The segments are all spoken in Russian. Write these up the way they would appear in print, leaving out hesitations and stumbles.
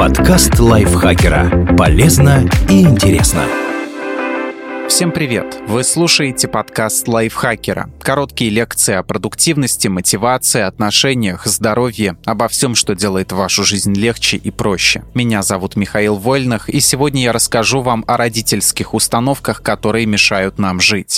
Подкаст лайфхакера. Полезно и интересно. Всем привет! Вы слушаете подкаст лайфхакера. Короткие лекции о продуктивности, мотивации, отношениях, здоровье, обо всем, что делает вашу жизнь легче и проще. Меня зовут Михаил Вольных, и сегодня я расскажу вам о родительских установках, которые мешают нам жить.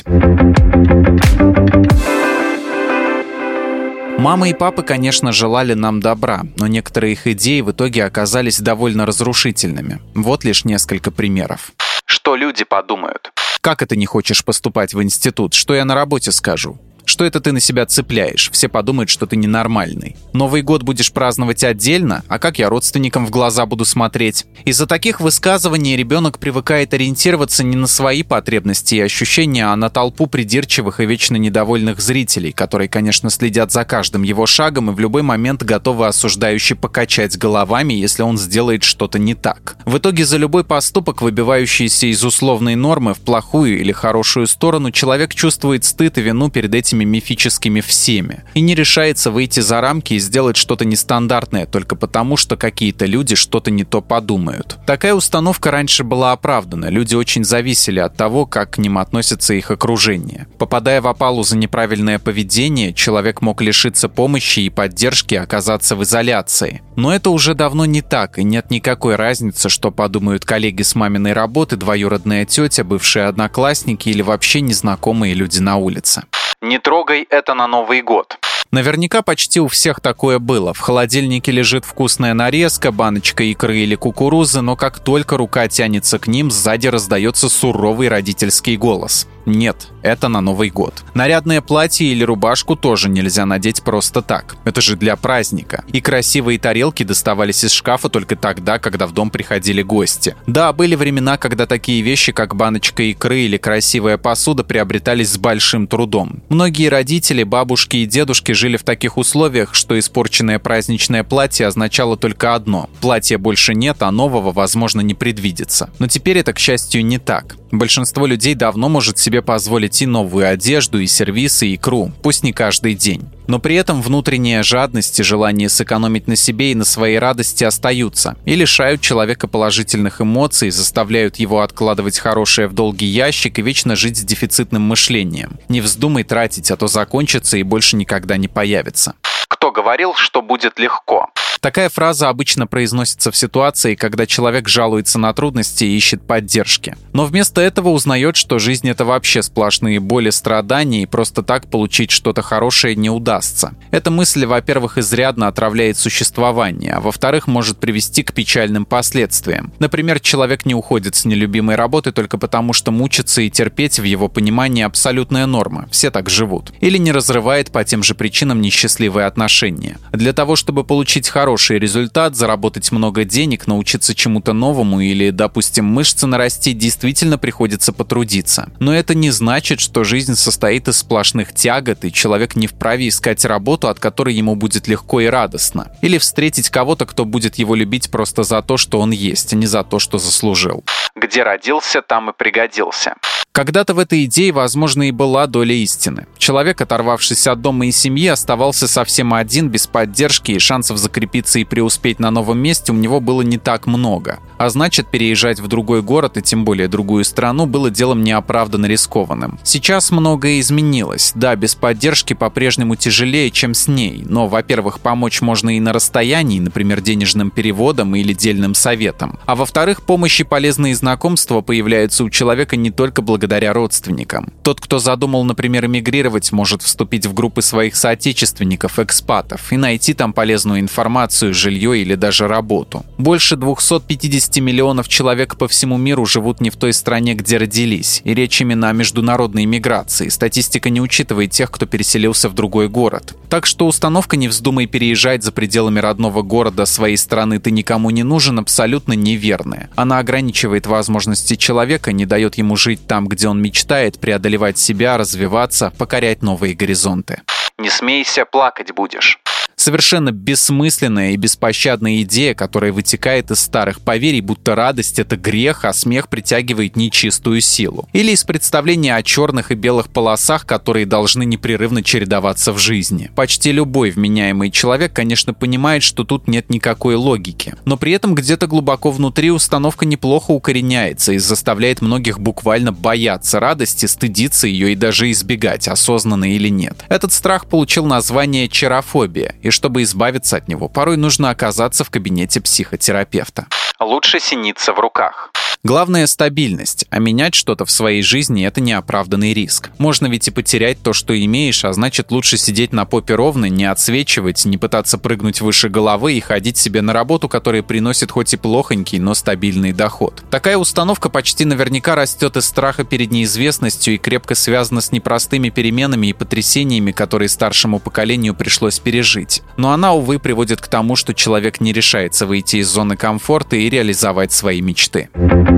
Мама и папа, конечно, желали нам добра, но некоторые их идеи в итоге оказались довольно разрушительными. Вот лишь несколько примеров. Что люди подумают? Как это не хочешь поступать в институт? Что я на работе скажу? Что это ты на себя цепляешь? Все подумают, что ты ненормальный. Новый год будешь праздновать отдельно? А как я родственникам в глаза буду смотреть? Из-за таких высказываний ребенок привыкает ориентироваться не на свои потребности и ощущения, а на толпу придирчивых и вечно недовольных зрителей, которые, конечно, следят за каждым его шагом и в любой момент готовы осуждающе покачать головами, если он сделает что-то не так. В итоге за любой поступок, выбивающийся из условной нормы в плохую или хорошую сторону, человек чувствует стыд и вину перед этими мифическими всеми и не решается выйти за рамки и сделать что-то нестандартное только потому, что какие-то люди что-то не то подумают. Такая установка раньше была оправдана. Люди очень зависели от того, как к ним относятся их окружение. Попадая в опалу за неправильное поведение, человек мог лишиться помощи и поддержки и оказаться в изоляции. Но это уже давно не так, и нет никакой разницы, что подумают коллеги с маминой работы, двоюродная тетя, бывшие одноклассники или вообще незнакомые люди на улице. Не трогай это на Новый год. Наверняка почти у всех такое было. В холодильнике лежит вкусная нарезка, баночка икры или кукурузы, но как только рука тянется к ним, сзади раздается суровый родительский голос. Нет, это на Новый год. Нарядное платье или рубашку тоже нельзя надеть просто так. Это же для праздника. И красивые тарелки доставались из шкафа только тогда, когда в дом приходили гости. Да, были времена, когда такие вещи, как баночка икры или красивая посуда, приобретались с большим трудом. Многие родители, бабушки и дедушки жили в таких условиях, что испорченное праздничное платье означало только одно. Платья больше нет, а нового, возможно, не предвидится. Но теперь это, к счастью, не так. Большинство людей давно может себе позволить и новую одежду, и сервисы, и икру, пусть не каждый день. Но при этом внутренняя жадность и желание сэкономить на себе и на своей радости остаются и лишают человека положительных эмоций, заставляют его откладывать хорошее в долгий ящик и вечно жить с дефицитным мышлением. Не вздумай тратить, а то закончится и больше никогда не появится. Кто говорил, что будет легко? Такая фраза обычно произносится в ситуации, когда человек жалуется на трудности и ищет поддержки. Но вместо этого узнает, что жизнь — это вообще сплошные боли, страдания, и просто так получить что-то хорошее не удастся. Эта мысль, во-первых, изрядно отравляет существование, а во-вторых, может привести к печальным последствиям. Например, человек не уходит с нелюбимой работы только потому, что мучиться и терпеть в его понимании абсолютная норма. Все так живут. Или не разрывает по тем же причинам несчастливые отношения. Для того, чтобы получить хороший результат, заработать много денег, научиться чему-то новому или, допустим, мышцы нарастить, действительно приходится потрудиться. Но это не значит, что жизнь состоит из сплошных тягот, и человек не вправе искать работу, от которой ему будет легко и радостно. Или встретить кого-то, кто будет его любить просто за то, что он есть, а не за то, что заслужил. Где родился, там и пригодился. Когда-то в этой идее, возможно, и была доля истины. Человек, оторвавшись от дома и семьи, оставался совсем один, без поддержки, и шансов закрепиться и преуспеть на новом месте у него было не так много. А значит, переезжать в другой город и тем более другую страну было делом неоправданно рискованным. Сейчас многое изменилось. Да, без поддержки по-прежнему тяжелее, чем с ней. Но, во-первых, помочь можно и на расстоянии, например, денежным переводом или дельным советом. А во-вторых, помощь и полезные знакомства появляются у человека не только благодаря родственникам. Тот, кто задумал, например, эмигрировать, может вступить в группы своих соотечественников, экспатов, и найти там полезную информацию, жилье или даже работу. Больше 250 миллионов человек по всему миру живут не в той стране, где родились, и речь именно о международной миграции. Статистика не учитывает тех, кто переселился в другой город. Так что установка «не вздумай переезжать за пределами родного города своей страны, ты никому не нужен» абсолютно неверная. Она ограничивает возможности человека, не дает ему жить там, где он мечтает, преодолевать себя, развиваться, покорять новые горизонты. Не смейся, плакать будешь. С Совершенно бессмысленная и беспощадная идея, которая вытекает из старых поверий, будто радость — это грех, а смех притягивает нечистую силу. Или из представления о черных и белых полосах, которые должны непрерывно чередоваться в жизни. Почти любой вменяемый человек, конечно, понимает, что тут нет никакой логики. Но при этом где-то глубоко внутри установка неплохо укореняется и заставляет многих буквально бояться радости, стыдиться ее и даже избегать, осознанно или нет. Этот страх получил название чарофобия, и чтобы избавиться от него, порой нужно оказаться в кабинете психотерапевта. Лучше синица в руках. Главное — стабильность, а менять что-то в своей жизни — это неоправданный риск. Можно ведь и потерять то, что имеешь, а значит, лучше сидеть на попе ровно, не отсвечивать, не пытаться прыгнуть выше головы и ходить себе на работу, которая приносит хоть и плохонький, но стабильный доход. Такая установка почти наверняка растет из страха перед неизвестностью и крепко связана с непростыми переменами и потрясениями, которые старшему поколению пришлось пережить. Но она, увы, приводит к тому, что человек не решается выйти из зоны комфорта и реализовать свои мечты.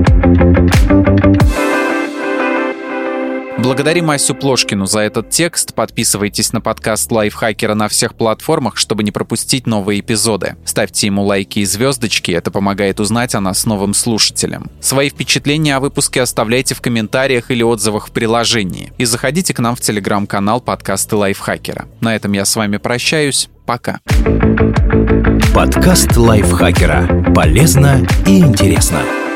Благодарим Асю Плошкину за этот текст. Подписывайтесь на подкаст Лайфхакера на всех платформах, чтобы не пропустить новые эпизоды. Ставьте ему лайки и звездочки, это помогает узнать о нас новым слушателям. Свои впечатления о выпуске оставляйте в комментариях или отзывах в приложении. И заходите к нам в телеграм-канал подкасты Лайфхакера. На этом я с вами прощаюсь. Пока. Подкаст Лайфхакера. Полезно и интересно.